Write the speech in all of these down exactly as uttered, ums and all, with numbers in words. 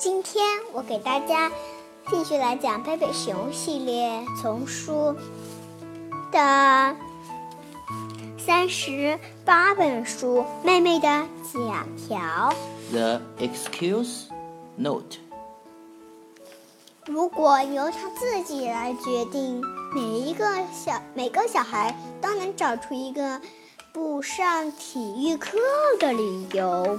今天我给大家继续来讲贝贝熊系列丛书的三十八本书，妹妹的假条。 The excuse note。 如果由他自己来决定，每一个小每个小孩都能找出一个不上体育课的理由。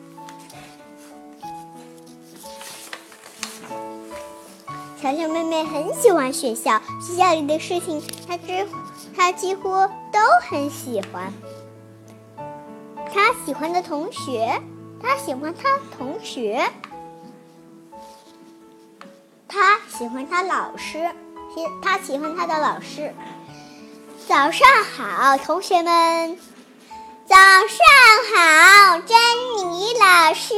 小小妹妹很喜欢学校，学校里的事情她知她几乎都很喜欢。她喜欢的同学，她喜欢她同学，她喜欢她老师，她喜欢她的老师。早上好，同学们！早上好，珍妮老师。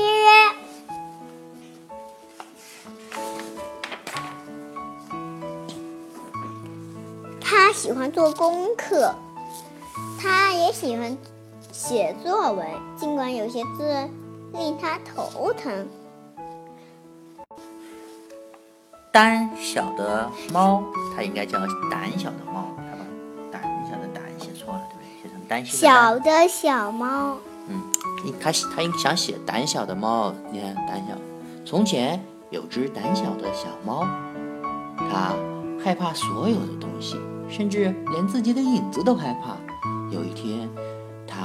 他喜欢做功课，他也喜欢写作文，尽管有些字令他头疼。 胆小的猫，它应该叫胆小的猫，它把胆小的胆写错了，对不对？写成担心的小的小猫。 嗯，他他应想写胆小的猫，你看胆小。从前有只胆小的小猫，它害怕所有的东西，甚至连自己的影子都害怕。有一天，它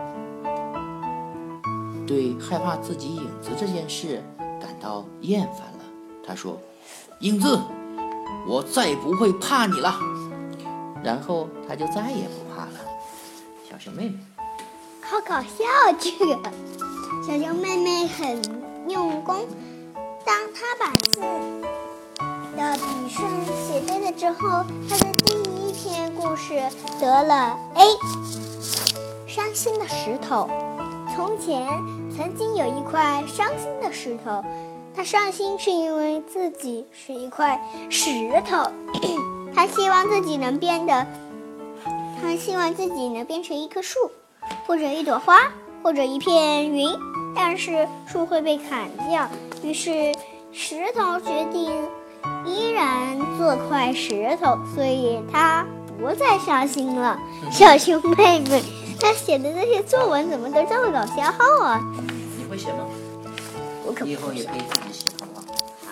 对害怕自己影子这件事感到厌烦了。他说：“影子，我再不会怕你了。”然后他就再也不怕了。小熊妹妹， 好搞笑！这个小熊妹妹很用功，当她把字的笔顺写对了之后，她的第一篇故事得了 A。 伤心的石头。从前曾经有一块伤心的石头，他伤心是因为自己是一块石头，他希望自己能变得，他希望自己能变成一棵树，或者一朵花，或者一片云，但是树会被砍掉，于是石头决定依然做块石头，所以他不再伤心了。小熊妹妹，她写的那些作文怎么都这么搞笑啊？ 你会写吗？ 我可不以后也可以自己写，好不好？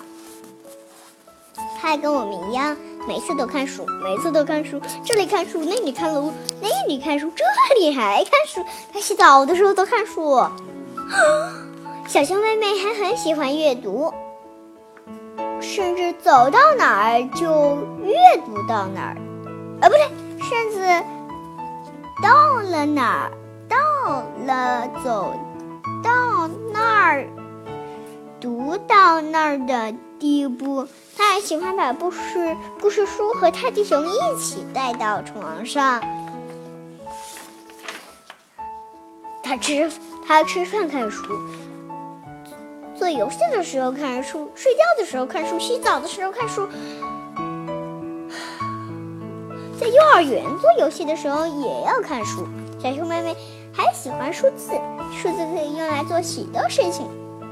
好。他还跟我们一样，每次都看书，每次都看书，这里看书，那里看书，那里看书，这里还看书。他洗澡的时候都看书。小熊妹妹还很喜欢阅读，甚至走到哪儿就阅读到哪儿，啊，不对，甚至到了哪儿，到了走到那儿，读到那儿的地步。他还喜欢把故事故事书和泰迪熊一起带到床上。他吃他吃饭看书，做游戏的时候看书，睡觉的时候看书，洗澡的时候看书，在幼儿园做游戏的时候也要看书。小熊妹妹还喜欢数字，数字可以用来做许多事情，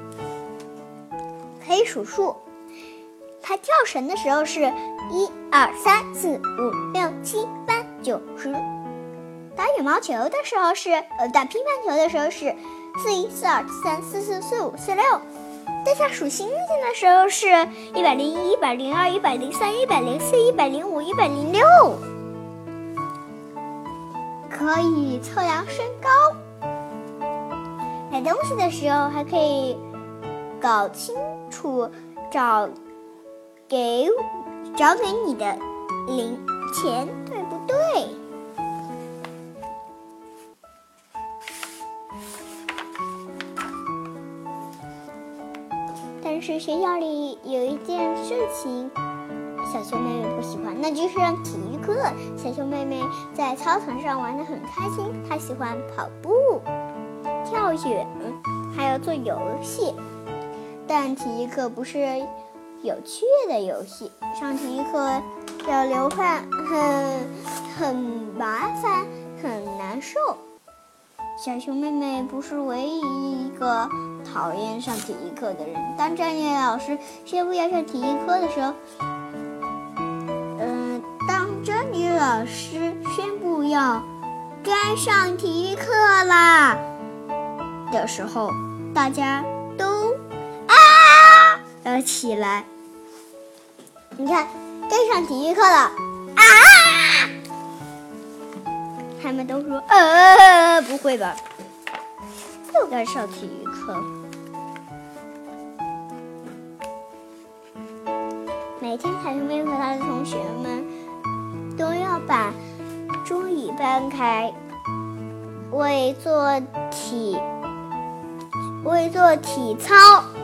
可以数数。她跳绳的时候是一二三四五六七八九十，打羽毛球的时候是呃打乒乓球的时候是四一四二四三四四四五四六，在家数星星的时候是一百零一一百零二一百零三一百零四一百零五一百零六，可以测量身高。买东西的时候还可以搞清楚找给找给你的零钱对不对？但是学校里有一件事情小熊妹妹不喜欢，那就是体育课。小熊妹妹在操场上玩得很开心，她喜欢跑步、跳远，还有做游戏。但体育课不是有趣的游戏，上体育课要流汗，很很麻烦，很难受。 小熊妹妹不是唯一一个讨厌上体育课的人。当珍妮老师宣布要上体育课的时候，嗯、呃，当珍妮老师宣布要该上体育课啦的时候，大家都啊了起来。你看，该上体育课了啊！他们都说：“呃，不会吧，又该上体育课。”每天，小熊妹妹和她的同学们都要把桌椅搬开，为做体为做体操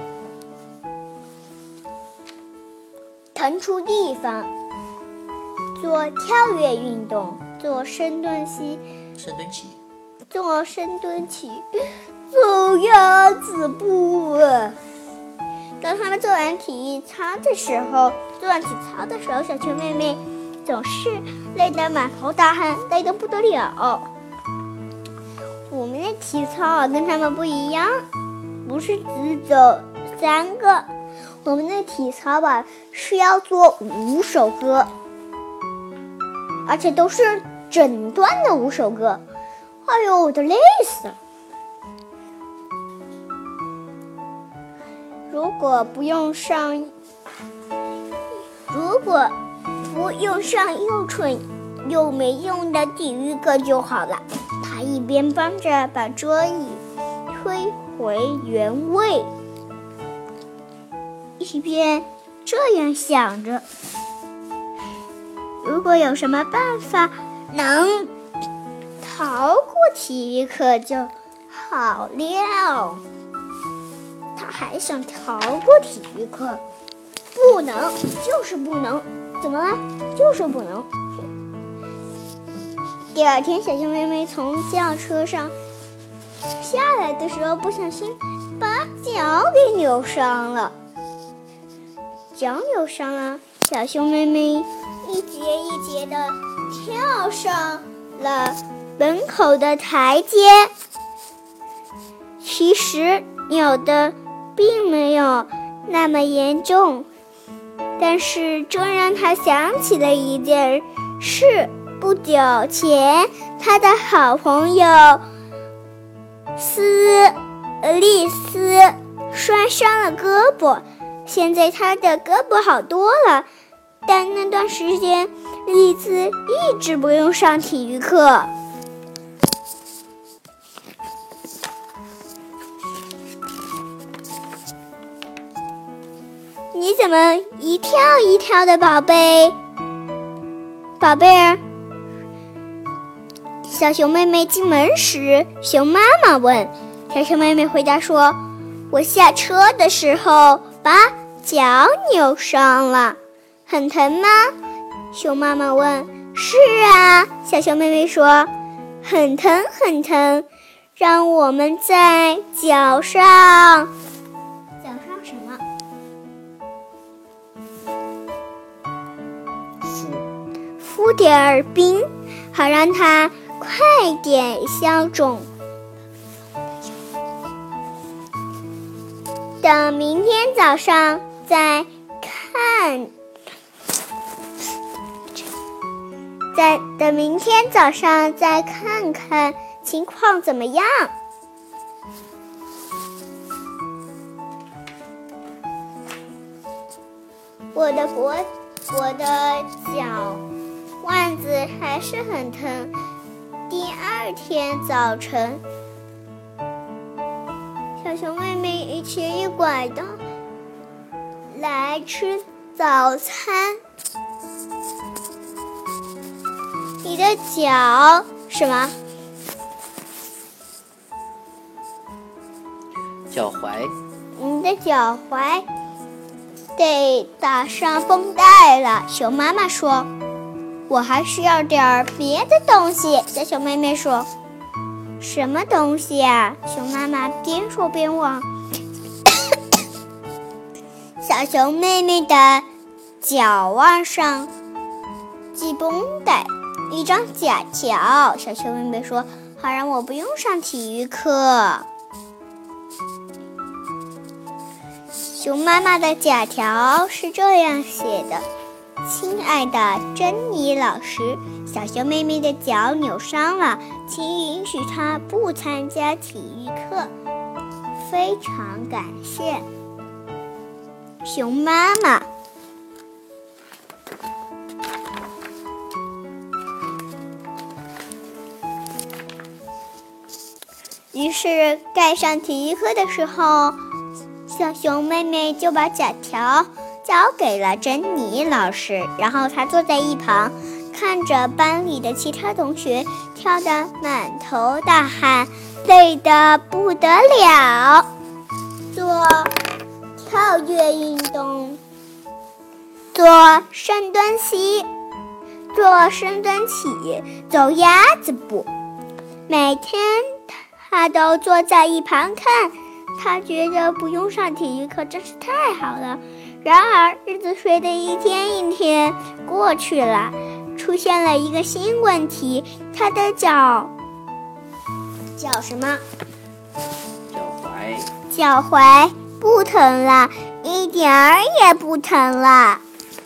腾出地方，做跳跃运动。做深蹲膝， 深蹲起， 做深蹲起，走鸭子步。当他们做完体育操的时候，做完体操的时候，小熊妹妹总是累得满头大汗，累得不得了。我们的体操跟他们不一样，不是只走三个，我们的体操吧是要做五首歌。而且都是整段的五首歌，哎呦，我都累死了！如果不用上，如果不用上又蠢又没用的体育课就好了。他一边帮着把桌椅推回原位，一边这样想着。如果有什么办法能逃过体育课就好了。他还想逃过体育课，不能，就是不能。怎么了？就是不能。第二天，小熊妹妹从轿车上下来的时候，不小心把脚给扭伤了。脚扭伤了，小熊妹妹一节一节的跳上了门口的台阶。其实扭的并没有那么严重，但是这让他想起了一件事。不久前，他的好朋友斯丽丝摔伤了胳膊，现在他的胳膊好多了。但那段时间，丽丝一直不用上体育课。你怎么一跳一跳的，宝贝？宝贝儿。小熊妹妹进门时，熊妈妈问。小熊妹妹回答说：“我下车的时候把脚扭伤了。”很疼吗？熊妈妈问。是啊，小熊妹妹说，很疼很疼，让我们在脚上脚上什么敷敷点儿冰，好让它快点消肿。等明天早上再看再等明天早上再看看情况怎么样。我的脖，我的脚腕子还是很疼。第二天早晨，小熊妹妹一瘸一拐的来吃早餐。你的脚什么？ 脚踝。 你的脚踝得打上绷带了。熊妈妈说：“我还需要点别的东西。”小熊妹妹说：“什么东西呀？”熊妈妈边说边往小熊妹妹的脚腕上系绷带。一张假条，小熊妹妹说：“ 好让我不用上体育课。熊妈妈的假条是这样写的：亲爱的珍妮老师，小熊妹妹的脚扭伤了，请允许她不参加体育课。非常感谢，熊妈妈。于是该上体育课的时候，小熊妹妹就把假条交给了珍妮老师，然后她坐在一旁，看着班里的其他同学跳得满头大汗，累得不得了。做跳跃运动，做深蹲膝，做深蹲起，走鸭子步。每天她都坐在一旁看，她觉得不用上体育课真是太好了。然而日子随着一天一天过去了，出现了一个新问题，她的脚脚什么？ 脚踝。 脚踝不疼了，一点儿也不疼了。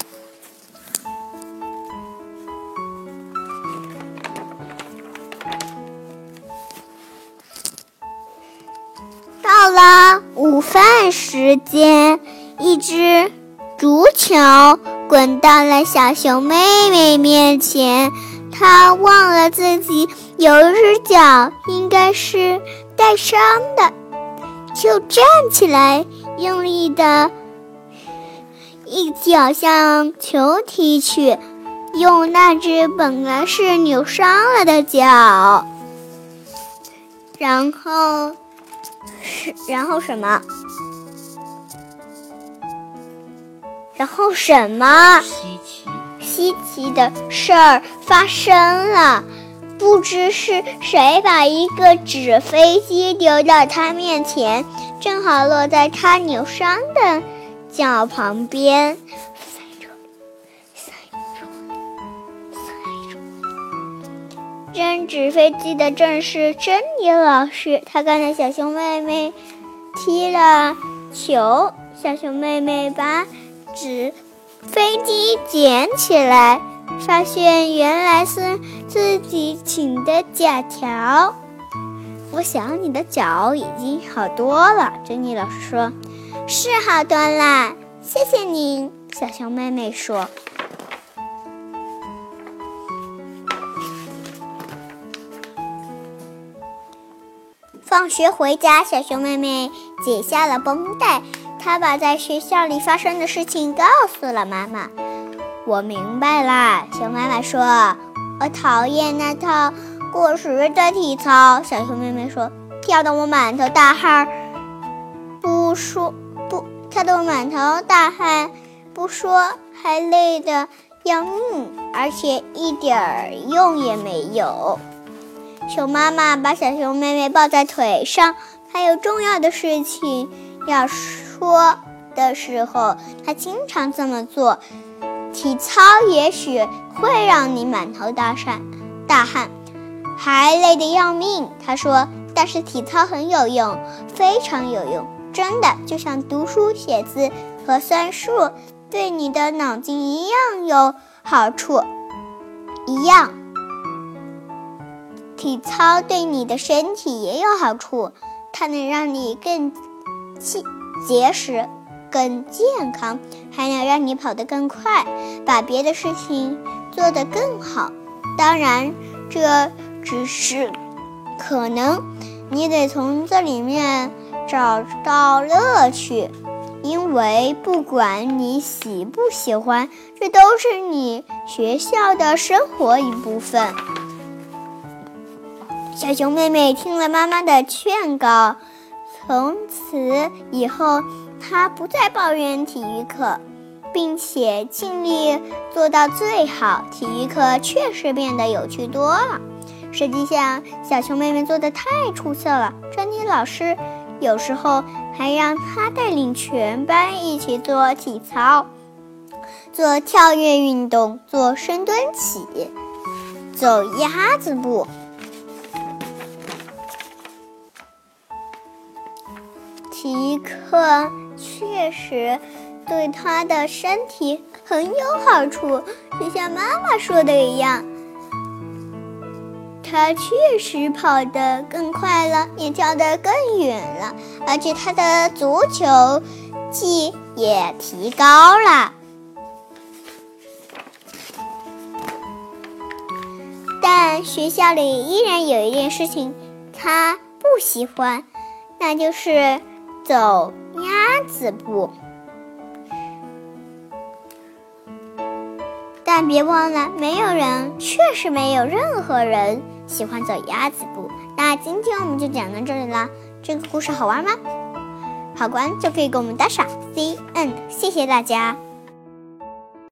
到了午饭时间，一只足球滚到了小熊妹妹面前，她忘了自己有一只脚应该是带伤的，就站起来，用力的一脚向球踢去，用那只本来是扭伤了的脚。然后然后什么？然后什么？ 稀奇稀奇的事儿发生了，不知是谁把一个纸飞机丢到他面前，正好落在他扭伤的脚旁边。扔纸飞机的正是珍妮老师，她看着小熊妹妹踢了球，小熊妹妹把纸飞机捡起来，发现原来是自己请的假条。我想你的脚已经好多了，珍妮老师说。是好多啦，谢谢您，小熊妹妹说。放学回家，小熊妹妹解下了绷带，她把在学校里发生的事情告诉了妈妈。我明白啦，熊妈妈说。我讨厌那套过时的体操，小熊妹妹说，跳得我满头大汗，不说不跳得我满头大汗，不说还累得要命，而且一点用也没有。熊妈妈把小熊妹妹抱在腿上，还有重要的事情要说的时候，她经常这么做。体操也许会让你满头大汗，大汗，还累得要命。她说，但是体操很有用，非常有用，真的就像读书写字和算数对你的脑筋一样有好处一样。体操对你的身体也有好处，它能让你更结实、更健康，还能让你跑得更快，把别的事情做得更好。当然，这只是可能，你得从这里面找到乐趣，因为不管你喜不喜欢，这都是你学校的生活一部分。小熊妹妹听了妈妈的劝告，从此以后她不再抱怨体育课，并且尽力做到最好。体育课确实变得有趣多了。实际上，小熊妹妹做得太出色了，珍妮老师有时候还让她带领全班一起做体操，做跳跃运动，做深蹲起，走鸭子步。 骑课确实对他的身体很有好处，就像妈妈说的一样，他确实跑得更快了，也跳得更远了，而且他的足球技也提高了。但学校里依然有一件事情他不喜欢，那就是走鸭子步。但别忘了，没有人，确实没有任何人喜欢走鸭子步。那今天我们就讲到这里了。这个故事好玩吗？好玩就可以给我们打赏 C N， 谢谢大家。